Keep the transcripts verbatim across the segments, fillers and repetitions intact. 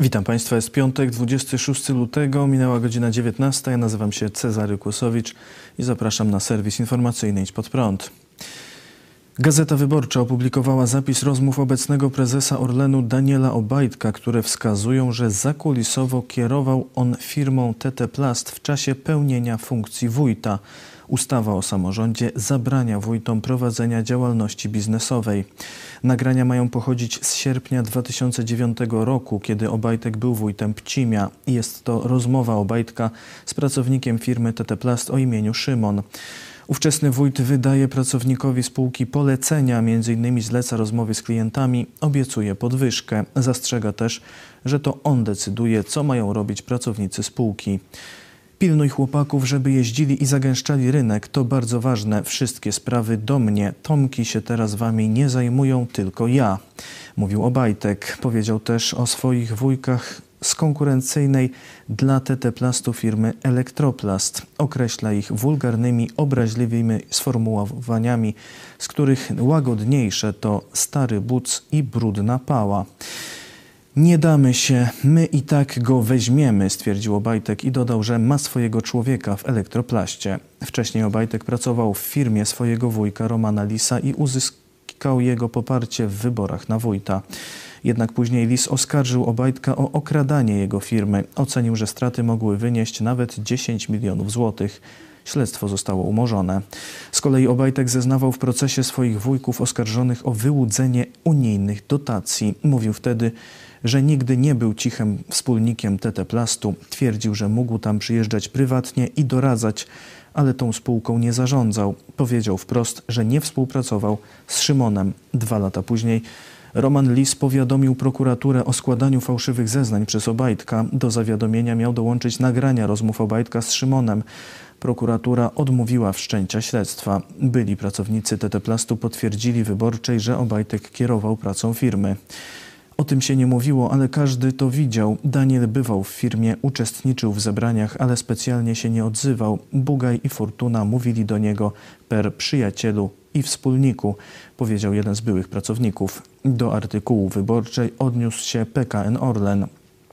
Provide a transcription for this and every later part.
Witam Państwa, jest piątek, dwudziestego szóstego lutego, minęła godzina dziewiętnasta. Ja nazywam się Cezary Kłosowicz i zapraszam na serwis informacyjny Idź Pod Prąd. Gazeta Wyborcza opublikowała zapis rozmów obecnego prezesa Orlenu Daniela Obajtka, które wskazują, że zakulisowo kierował on firmą T T Plast w czasie pełnienia funkcji wójta. Ustawa o samorządzie zabrania wójtom prowadzenia działalności biznesowej. Nagrania mają pochodzić z sierpnia dwa tysiące dziewiątego roku, kiedy Obajtek był wójtem Pcimia. Jest to rozmowa Obajtka z pracownikiem firmy T T Plast o imieniu Szymon. Ówczesny wójt wydaje pracownikowi spółki polecenia, między innymi zleca rozmowy z klientami, obiecuje podwyżkę. Zastrzega też, że to on decyduje, co mają robić pracownicy spółki. Pilnuj chłopaków, żeby jeździli i zagęszczali rynek. To bardzo ważne. Wszystkie sprawy do mnie. Tomki się teraz wami nie zajmują, tylko ja. Mówił Obajtek. Powiedział też o swoich wujkach z konkurencyjnej dla T T Plastu firmy Elektroplast. Określa ich wulgarnymi, obraźliwymi sformułowaniami, z których łagodniejsze to stary buc i brudna pała. Nie damy się, my i tak go weźmiemy, stwierdził Obajtek i dodał, że ma swojego człowieka w Elektroplaście. Wcześniej Obajtek pracował w firmie swojego wujka Romana Lisa i uzyskał jego poparcie w wyborach na wójta. Jednak później Lis oskarżył Obajtka o okradanie jego firmy. Ocenił, że straty mogły wynieść nawet dziesięć milionów złotych. Śledztwo zostało umorzone. Z kolei Obajtek zeznawał w procesie swoich wujków oskarżonych o wyłudzenie unijnych dotacji. Mówił wtedy, że nigdy nie był cichym wspólnikiem T T Plastu. Twierdził, że mógł tam przyjeżdżać prywatnie i doradzać, ale tą spółką nie zarządzał. Powiedział wprost, że nie współpracował z Szymonem. Dwa lata później Roman Lis powiadomił prokuraturę o składaniu fałszywych zeznań przez Obajtka. Do zawiadomienia miał dołączyć nagrania rozmów Obajtka z Szymonem. Prokuratura odmówiła wszczęcia śledztwa. Byli pracownicy T T Plastu potwierdzili Wyborczej, że Obajtek kierował pracą firmy. O tym się nie mówiło, ale każdy to widział. Daniel bywał w firmie, uczestniczył w zebraniach, ale specjalnie się nie odzywał. Bugaj i Fortuna mówili do niego per przyjacielu i wspólniku, powiedział jeden z byłych pracowników. Do artykułu Wyborczej odniósł się P K N Orlen.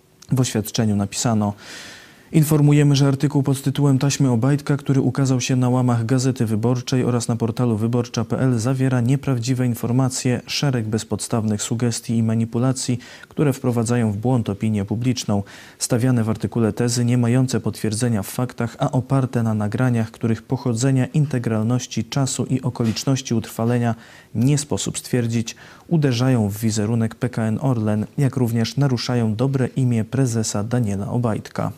W oświadczeniu napisano: informujemy, że artykuł pod tytułem Taśmy Obajtka, który ukazał się na łamach Gazety Wyborczej oraz na portalu wyborcza kropka p l, zawiera nieprawdziwe informacje, szereg bezpodstawnych sugestii i manipulacji, które wprowadzają w błąd opinię publiczną. Stawiane w artykule tezy nie mające potwierdzenia w faktach, a oparte na nagraniach, których pochodzenia, integralności, czasu i okoliczności utrwalenia nie sposób stwierdzić, uderzają w wizerunek P K N Orlen, jak również naruszają dobre imię prezesa Daniela Obajtka.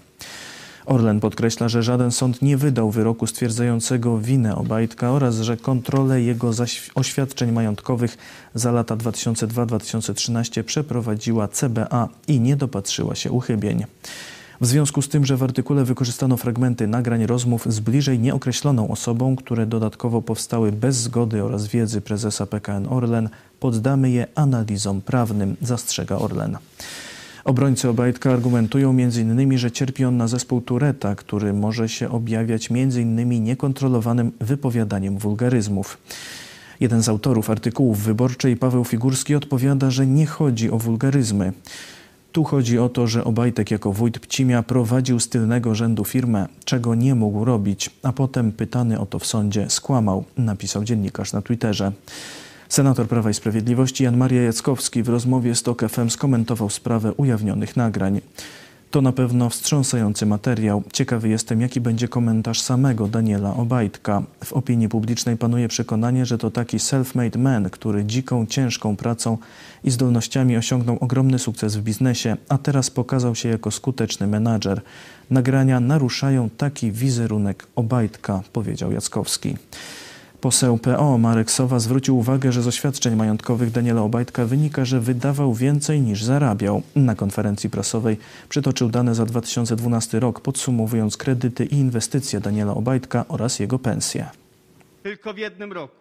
Orlen podkreśla, że żaden sąd nie wydał wyroku stwierdzającego winę Obajtka oraz że kontrolę jego oświadczeń majątkowych za lata dwa tysiące drugi do dwa tysiące trzynastego przeprowadziła C B A i nie dopatrzyła się uchybień. W związku z tym, że w artykule wykorzystano fragmenty nagrań rozmów z bliżej nieokreśloną osobą, które dodatkowo powstały bez zgody oraz wiedzy prezesa P K N Orlen, poddamy je analizom prawnym, zastrzega Orlen. Obrońcy Obajtka argumentują między innymi, że cierpi on na zespół Touretta, który może się objawiać między innymi niekontrolowanym wypowiadaniem wulgaryzmów. Jeden z autorów artykułów Wyborczej, Paweł Figurski, odpowiada, że nie chodzi o wulgaryzmy. Tu chodzi o to, że Obajtek jako wójt Pcimia prowadził z tylnego rzędu firmę, czego nie mógł robić, a potem pytany o to w sądzie skłamał, napisał dziennikarz na Twitterze. Senator Prawa i Sprawiedliwości Jan Maria Jackowski w rozmowie z TOK F M skomentował sprawę ujawnionych nagrań. To na pewno wstrząsający materiał. Ciekawy jestem, jaki będzie komentarz samego Daniela Obajtka. W opinii publicznej panuje przekonanie, że to taki self-made man, który dziką, ciężką pracą i zdolnościami osiągnął ogromny sukces w biznesie, a teraz pokazał się jako skuteczny menadżer. Nagrania naruszają taki wizerunek Obajtka, powiedział Jackowski. Poseł P O Marek Sowa zwrócił uwagę, że z oświadczeń majątkowych Daniela Obajtka wynika, że wydawał więcej niż zarabiał. Na konferencji prasowej przytoczył dane za dwa tysiące dwunasty rok, podsumowując kredyty i inwestycje Daniela Obajtka oraz jego pensje. Tylko w jednym roku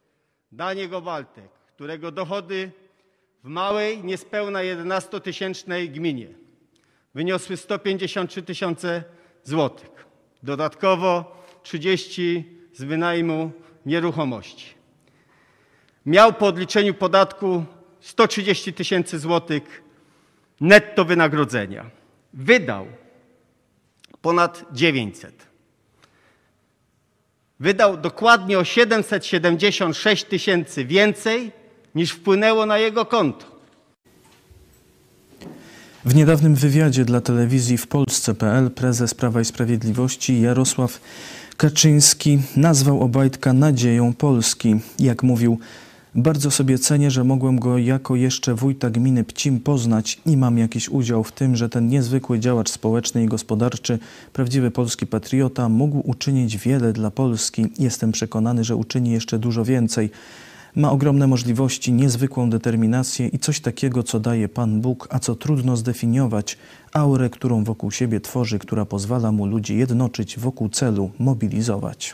Daniel Obajtek, którego dochody w małej, niespełna jedenastotysięcznej gminie wyniosły sto pięćdziesiąt trzy tysiące złotych. Dodatkowo trzydzieści z wynajmu nieruchomości. Miał po odliczeniu podatku sto trzydzieści tysięcy złotych netto wynagrodzenia. Wydał ponad dziewięćset. Wydał dokładnie o siedemset siedemdziesiąt sześć tysięcy więcej, niż wpłynęło na jego konto. W niedawnym wywiadzie dla telewizji w Polsce kropka pe el prezes Prawa i Sprawiedliwości Jarosław Kaczyński nazwał Obajtka nadzieją Polski. Jak mówił, bardzo sobie cenię, że mogłem go jako jeszcze wójta gminy Pcim poznać i mam jakiś udział w tym, że ten niezwykły działacz społeczny i gospodarczy, prawdziwy polski patriota mógł uczynić wiele dla Polski. Jestem przekonany, że uczyni jeszcze dużo więcej. Ma ogromne możliwości, niezwykłą determinację i coś takiego, co daje Pan Bóg, a co trudno zdefiniować, aurę, którą wokół siebie tworzy, która pozwala mu ludzi jednoczyć wokół celu, mobilizować.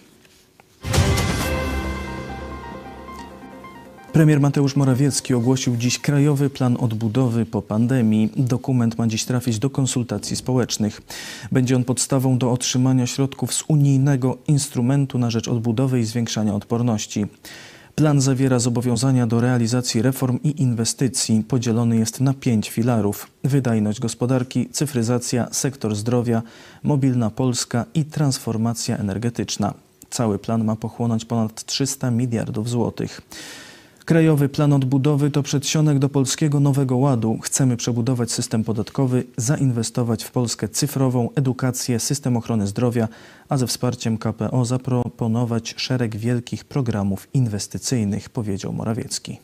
Premier Mateusz Morawiecki ogłosił dziś Krajowy Plan Odbudowy po pandemii. Dokument ma dziś trafić do konsultacji społecznych. Będzie on podstawą do otrzymania środków z unijnego instrumentu na rzecz odbudowy i zwiększania odporności. Plan zawiera zobowiązania do realizacji reform i inwestycji. Podzielony jest na pięć filarów: wydajność gospodarki, cyfryzacja, sektor zdrowia, mobilna Polska i transformacja energetyczna. Cały plan ma pochłonąć ponad trzysta miliardów złotych. Krajowy Plan Odbudowy to przedsionek do polskiego Nowego Ładu. Chcemy przebudować system podatkowy, zainwestować w Polskę cyfrową, edukację, system ochrony zdrowia, a ze wsparciem K P O zaproponować szereg wielkich programów inwestycyjnych, powiedział Morawiecki.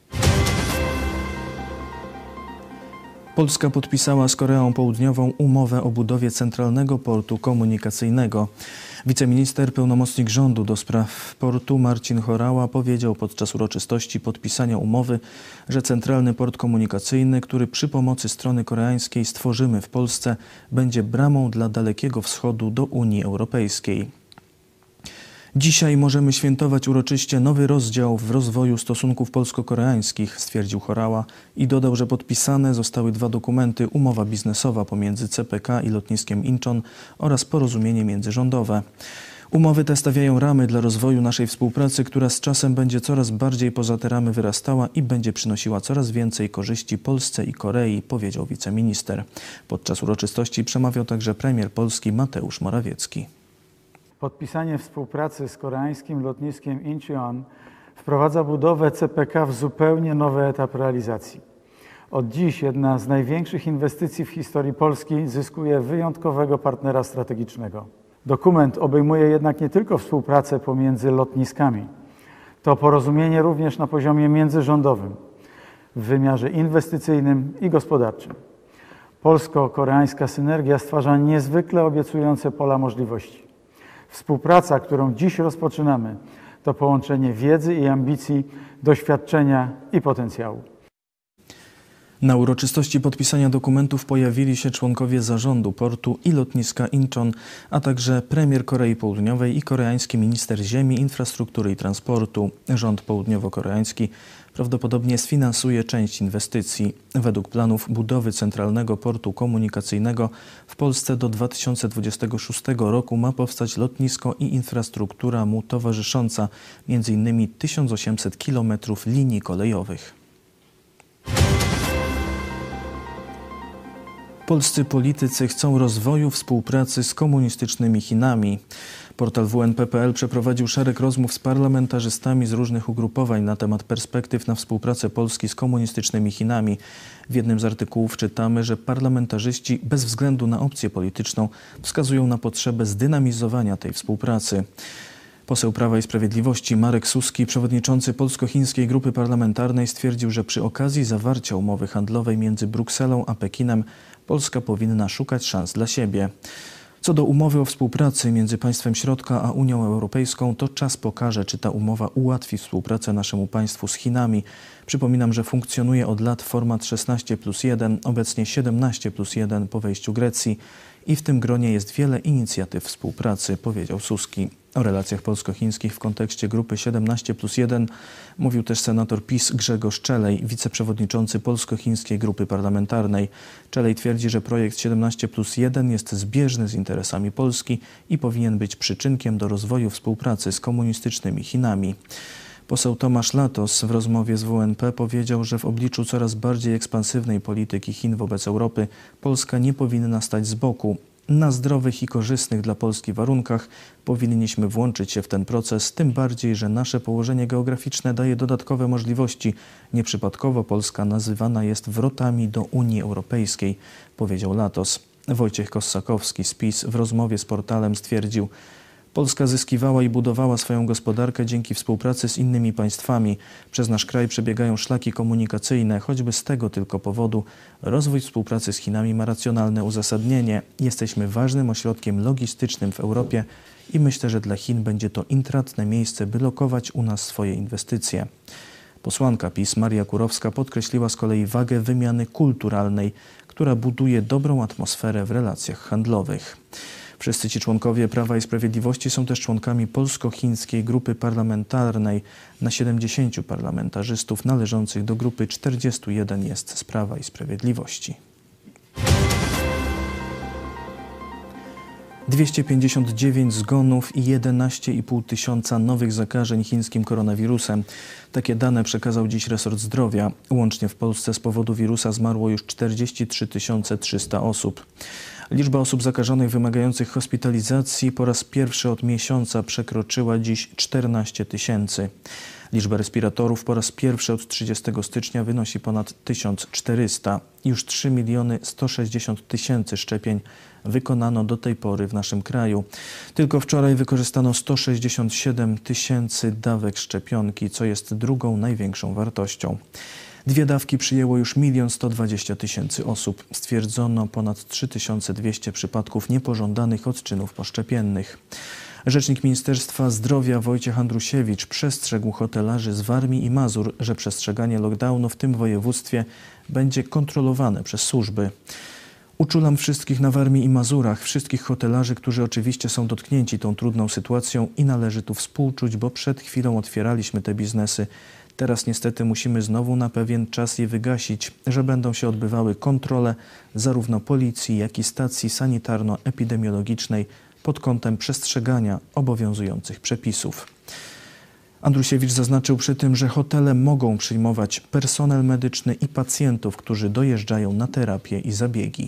Polska podpisała z Koreą Południową umowę o budowie Centralnego Portu Komunikacyjnego. Wiceminister, pełnomocnik rządu do spraw portu Marcin Horała powiedział podczas uroczystości podpisania umowy, że Centralny Port Komunikacyjny, który przy pomocy strony koreańskiej stworzymy w Polsce, będzie bramą dla Dalekiego Wschodu do Unii Europejskiej. Dzisiaj możemy świętować uroczyście nowy rozdział w rozwoju stosunków polsko-koreańskich, stwierdził Horała i dodał, że podpisane zostały dwa dokumenty: umowa biznesowa pomiędzy C P K i lotniskiem Incheon oraz porozumienie międzyrządowe. Umowy te stawiają ramy dla rozwoju naszej współpracy, która z czasem będzie coraz bardziej poza te ramy wyrastała i będzie przynosiła coraz więcej korzyści Polsce i Korei, powiedział wiceminister. Podczas uroczystości przemawiał także premier Polski Mateusz Morawiecki. Podpisanie współpracy z koreańskim lotniskiem Incheon wprowadza budowę C P K w zupełnie nowy etap realizacji. Od dziś jedna z największych inwestycji w historii Polski zyskuje wyjątkowego partnera strategicznego. Dokument obejmuje jednak nie tylko współpracę pomiędzy lotniskami. To porozumienie również na poziomie międzyrządowym, w wymiarze inwestycyjnym i gospodarczym. Polsko-koreańska synergia stwarza niezwykle obiecujące pola możliwości. Współpraca, którą dziś rozpoczynamy, to połączenie wiedzy i ambicji, doświadczenia i potencjału. Na uroczystości podpisania dokumentów pojawili się członkowie zarządu portu i lotniska Incheon, a także premier Korei Południowej i koreański minister ziemi, infrastruktury i transportu. Rząd południowo-koreański prawdopodobnie sfinansuje część inwestycji. Według planów budowy Centralnego Portu Komunikacyjnego w Polsce do dwa tysiące dwudziestego szóstego roku ma powstać lotnisko i infrastruktura mu towarzysząca, między innymi tysiąc osiemset kilometrów linii kolejowych. Polscy politycy chcą rozwoju współpracy z komunistycznymi Chinami. Portal W N P kropka P L przeprowadził szereg rozmów z parlamentarzystami z różnych ugrupowań na temat perspektyw na współpracę Polski z komunistycznymi Chinami. W jednym z artykułów czytamy, że parlamentarzyści bez względu na opcję polityczną wskazują na potrzebę zdynamizowania tej współpracy. Poseł Prawa i Sprawiedliwości Marek Suski, przewodniczący Polsko-Chińskiej Grupy Parlamentarnej, stwierdził, że przy okazji zawarcia umowy handlowej między Brukselą a Pekinem Polska powinna szukać szans dla siebie. Co do umowy o współpracy między państwem środka a Unią Europejską, to czas pokaże, czy ta umowa ułatwi współpracę naszemu państwu z Chinami. Przypominam, że funkcjonuje od lat format szesnaście plus jeden, obecnie siedemnaście plus jeden po wejściu Grecji i w tym gronie jest wiele inicjatyw współpracy, powiedział Suski. O relacjach polsko-chińskich w kontekście grupy siedemnaście plus jeden mówił też senator PiS Grzegorz Czelej, wiceprzewodniczący Polsko-Chińskiej Grupy Parlamentarnej. Czelej twierdzi, że projekt siedemnaście plus jeden jest zbieżny z interesami Polski i powinien być przyczynkiem do rozwoju współpracy z komunistycznymi Chinami. Poseł Tomasz Latos w rozmowie z W N P powiedział, że w obliczu coraz bardziej ekspansywnej polityki Chin wobec Europy Polska nie powinna stać z boku. Na zdrowych i korzystnych dla Polski warunkach powinniśmy włączyć się w ten proces, tym bardziej, że nasze położenie geograficzne daje dodatkowe możliwości. Nieprzypadkowo Polska nazywana jest wrotami do Unii Europejskiej, powiedział Latos. Wojciech Kossakowski z PiS w rozmowie z portalem stwierdził: Polska zyskiwała i budowała swoją gospodarkę dzięki współpracy z innymi państwami. Przez nasz kraj przebiegają szlaki komunikacyjne, choćby z tego tylko powodu rozwój współpracy z Chinami ma racjonalne uzasadnienie. Jesteśmy ważnym ośrodkiem logistycznym w Europie i myślę, że dla Chin będzie to intratne miejsce, by lokować u nas swoje inwestycje. Posłanka PiS Maria Kurowska podkreśliła z kolei wagę wymiany kulturalnej, która buduje dobrą atmosferę w relacjach handlowych. Wszyscy ci członkowie Prawa i Sprawiedliwości są też członkami polsko-chińskiej grupy parlamentarnej. Na siedemdziesięciu parlamentarzystów należących do grupy czterdziestu jeden jest z Prawa i Sprawiedliwości. dwieście pięćdziesiąt dziewięć zgonów i jedenaście i pół tysiąca nowych zakażeń chińskim koronawirusem. Takie dane przekazał dziś resort zdrowia. Łącznie w Polsce z powodu wirusa zmarło już czterdzieści trzy tysiące trzysta osób. Liczba osób zakażonych wymagających hospitalizacji po raz pierwszy od miesiąca przekroczyła dziś czternaście tysięcy. Liczba respiratorów po raz pierwszy od trzydziestego stycznia wynosi ponad tysiąc czterysta. Już trzy miliony sto sześćdziesiąt tysięcy szczepień wykonano do tej pory w naszym kraju. Tylko wczoraj wykorzystano sto sześćdziesiąt siedem tysięcy dawek szczepionki, co jest drugą największą wartością. Dwie dawki przyjęło już milion sto dwadzieścia tysięcy osób. Stwierdzono ponad trzy tysiące dwieście przypadków niepożądanych odczynów poszczepiennych. Rzecznik Ministerstwa Zdrowia Wojciech Andrusiewicz przestrzegł hotelarzy z Warmii i Mazur, że przestrzeganie lockdownu w tym województwie będzie kontrolowane przez służby. Uczulam wszystkich na Warmii i Mazurach, wszystkich hotelarzy, którzy oczywiście są dotknięci tą trudną sytuacją i należy tu współczuć, bo przed chwilą otwieraliśmy te biznesy. Teraz niestety musimy znowu na pewien czas je wygasić, że będą się odbywały kontrole zarówno policji, jak i stacji sanitarno-epidemiologicznej pod kątem przestrzegania obowiązujących przepisów. Andrusiewicz zaznaczył przy tym, że hotele mogą przyjmować personel medyczny i pacjentów, którzy dojeżdżają na terapię i zabiegi.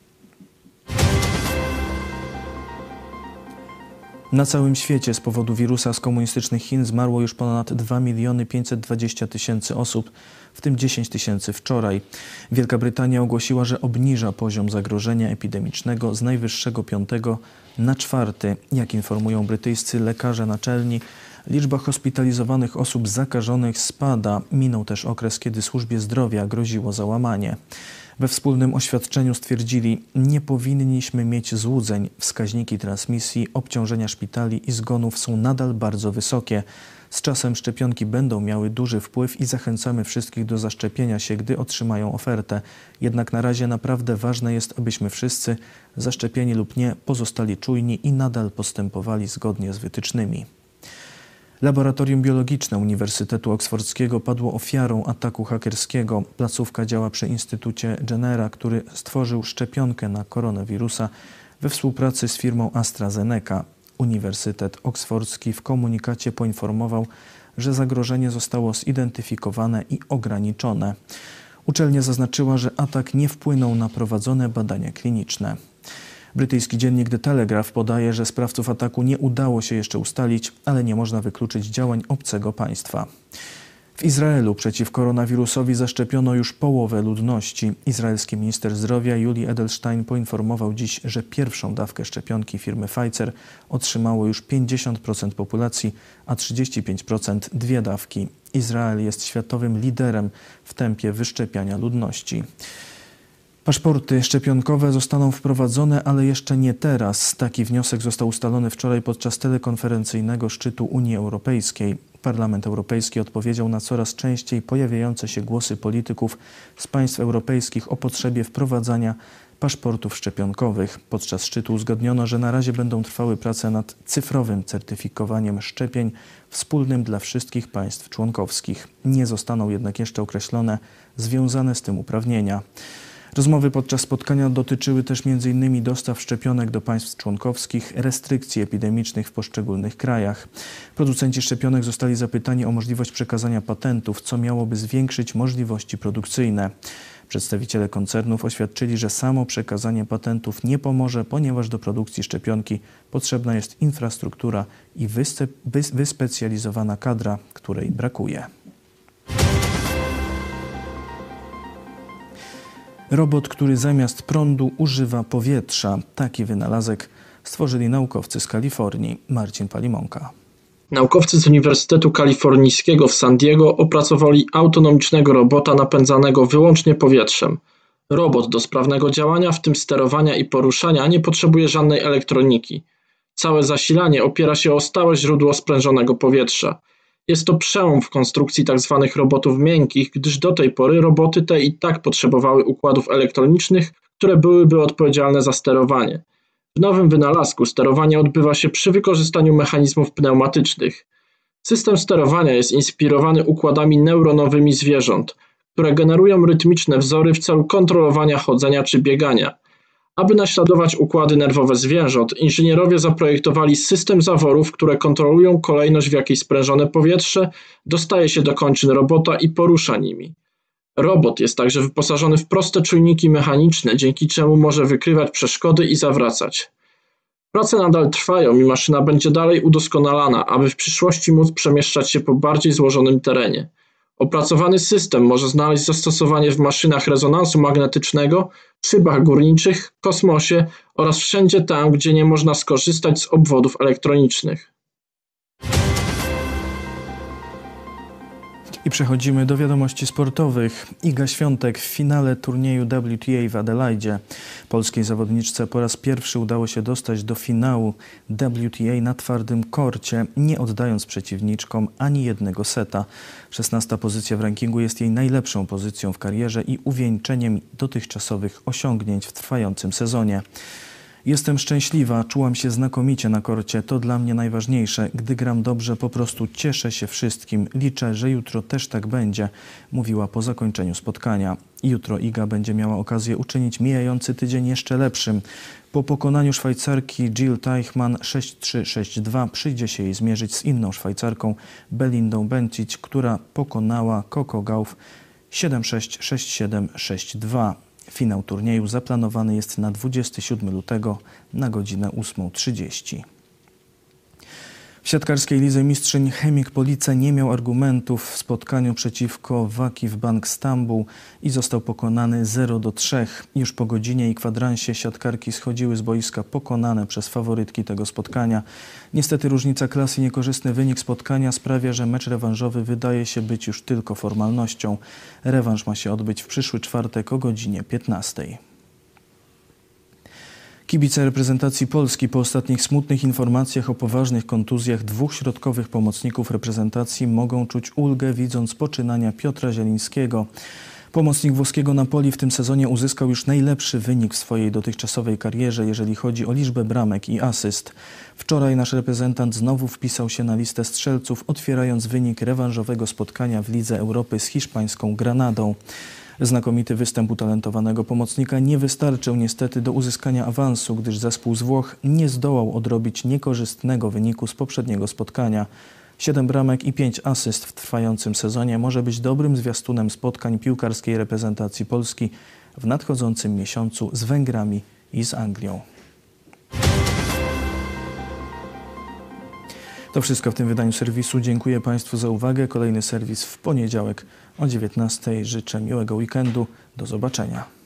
Na całym świecie z powodu wirusa z komunistycznych Chin zmarło już ponad dwa miliony pięćset dwadzieścia tysięcy osób, w tym dziesięć tysięcy wczoraj. Wielka Brytania ogłosiła, że obniża poziom zagrożenia epidemicznego z najwyższego piątego na czwarty. Jak informują brytyjscy lekarze naczelni, liczba hospitalizowanych osób zakażonych spada. Minął też okres, kiedy służbie zdrowia groziło załamanie. We wspólnym oświadczeniu stwierdzili: nie powinniśmy mieć złudzeń. Wskaźniki transmisji, obciążenia szpitali i zgonów są nadal bardzo wysokie. Z czasem szczepionki będą miały duży wpływ i zachęcamy wszystkich do zaszczepienia się, gdy otrzymają ofertę. Jednak na razie naprawdę ważne jest, abyśmy wszyscy, zaszczepieni lub nie, pozostali czujni i nadal postępowali zgodnie z wytycznymi. Laboratorium biologiczne Uniwersytetu Oksfordzkiego padło ofiarą ataku hakerskiego. Placówka działa przy Instytucie Jennera, który stworzył szczepionkę na koronawirusa we współpracy z firmą AstraZeneca. Uniwersytet Oksfordzki w komunikacie poinformował, że zagrożenie zostało zidentyfikowane i ograniczone. Uczelnia zaznaczyła, że atak nie wpłynął na prowadzone badania kliniczne. Brytyjski dziennik The Telegraph podaje, że sprawców ataku nie udało się jeszcze ustalić, ale nie można wykluczyć działań obcego państwa. W Izraelu przeciw koronawirusowi zaszczepiono już połowę ludności. Izraelski minister zdrowia Yuli Edelstein poinformował dziś, że pierwszą dawkę szczepionki firmy Pfizer otrzymało już pięćdziesiąt procent populacji, a trzydzieści pięć procent dwie dawki. Izrael jest światowym liderem w tempie wyszczepiania ludności. Paszporty szczepionkowe zostaną wprowadzone, ale jeszcze nie teraz. Taki wniosek został ustalony wczoraj podczas telekonferencyjnego szczytu Unii Europejskiej. Parlament Europejski odpowiedział na coraz częściej pojawiające się głosy polityków z państw europejskich o potrzebie wprowadzania paszportów szczepionkowych. Podczas szczytu uzgodniono, że na razie będą trwały prace nad cyfrowym certyfikowaniem szczepień wspólnym dla wszystkich państw członkowskich. Nie zostaną jednak jeszcze określone związane z tym uprawnienia. Rozmowy podczas spotkania dotyczyły też między innymi dostaw szczepionek do państw członkowskich, restrykcji epidemicznych w poszczególnych krajach. Producenci szczepionek zostali zapytani o możliwość przekazania patentów, co miałoby zwiększyć możliwości produkcyjne. Przedstawiciele koncernów oświadczyli, że samo przekazanie patentów nie pomoże, ponieważ do produkcji szczepionki potrzebna jest infrastruktura i wyspe- wys- wyspecjalizowana kadra, której brakuje. Robot, który zamiast prądu używa powietrza. Taki wynalazek stworzyli naukowcy z Kalifornii. Marcin Palimonka. Naukowcy z Uniwersytetu Kalifornijskiego w San Diego opracowali autonomicznego robota napędzanego wyłącznie powietrzem. Robot do sprawnego działania, w tym sterowania i poruszania, nie potrzebuje żadnej elektroniki. Całe zasilanie opiera się o stałe źródło sprężonego powietrza. Jest to przełom w konstrukcji tzw. robotów miękkich, gdyż do tej pory roboty te i tak potrzebowały układów elektronicznych, które byłyby odpowiedzialne za sterowanie. W nowym wynalazku sterowanie odbywa się przy wykorzystaniu mechanizmów pneumatycznych. System sterowania jest inspirowany układami neuronowymi zwierząt, które generują rytmiczne wzory w celu kontrolowania chodzenia czy biegania. Aby naśladować układy nerwowe zwierząt, inżynierowie zaprojektowali system zaworów, które kontrolują kolejność, w jakiej sprężone powietrze dostaje się do kończyn robota i porusza nimi. Robot jest także wyposażony w proste czujniki mechaniczne, dzięki czemu może wykrywać przeszkody i zawracać. Prace nadal trwają i maszyna będzie dalej udoskonalana, aby w przyszłości móc przemieszczać się po bardziej złożonym terenie. Opracowany system może znaleźć zastosowanie w maszynach rezonansu magnetycznego, szybach górniczych, kosmosie oraz wszędzie tam, gdzie nie można skorzystać z obwodów elektronicznych. I przechodzimy do wiadomości sportowych. Iga Świątek w finale turnieju W T A w Adelaidzie. Polskiej zawodniczce po raz pierwszy udało się dostać do finału W T A na twardym korcie, nie oddając przeciwniczkom ani jednego seta. szesnasta pozycja w rankingu jest jej najlepszą pozycją w karierze i uwieńczeniem dotychczasowych osiągnięć w trwającym sezonie. Jestem szczęśliwa, czułam się znakomicie na korcie, to dla mnie najważniejsze. Gdy gram dobrze, po prostu cieszę się wszystkim. Liczę, że jutro też tak będzie, mówiła po zakończeniu spotkania. Jutro Iga będzie miała okazję uczynić mijający tydzień jeszcze lepszym. Po pokonaniu Szwajcarki Jill Teichmann sześć trzy sześć dwa przyjdzie się jej zmierzyć z inną Szwajcarką Belindą Bencic, która pokonała Coco Gauff siedem sześć sześć siedem sześć dwa. Finał turnieju zaplanowany jest na dwudziestego siódmego lutego na godzinę ósmą trzydzieści. W siatkarskiej lidze mistrzyń Chemik Police nie miał argumentów w spotkaniu przeciwko Vakif Bank Stambuł i został pokonany zero do trzech. Już po godzinie i kwadransie siatkarki schodziły z boiska pokonane przez faworytki tego spotkania. Niestety różnica klasy i niekorzystny wynik spotkania sprawia, że mecz rewanżowy wydaje się być już tylko formalnością. Rewanż ma się odbyć w przyszły czwartek o godzinie piętnastej. Kibice reprezentacji Polski po ostatnich smutnych informacjach o poważnych kontuzjach dwóch środkowych pomocników reprezentacji mogą czuć ulgę, widząc poczynania Piotra Zielińskiego. Pomocnik włoskiego Napoli w tym sezonie uzyskał już najlepszy wynik w swojej dotychczasowej karierze, jeżeli chodzi o liczbę bramek i asyst. Wczoraj nasz reprezentant znowu wpisał się na listę strzelców, otwierając wynik rewanżowego spotkania w Lidze Europy z hiszpańską Granadą. Znakomity występ utalentowanego pomocnika nie wystarczył niestety do uzyskania awansu, gdyż zespół z Włoch nie zdołał odrobić niekorzystnego wyniku z poprzedniego spotkania. Siedem bramek i pięć asyst w trwającym sezonie może być dobrym zwiastunem spotkań piłkarskiej reprezentacji Polski w nadchodzącym miesiącu z Węgrami i z Anglią. To wszystko w tym wydaniu serwisu. Dziękuję Państwu za uwagę. Kolejny serwis w poniedziałek o dziewiętnastej. Życzę miłego weekendu. Do zobaczenia.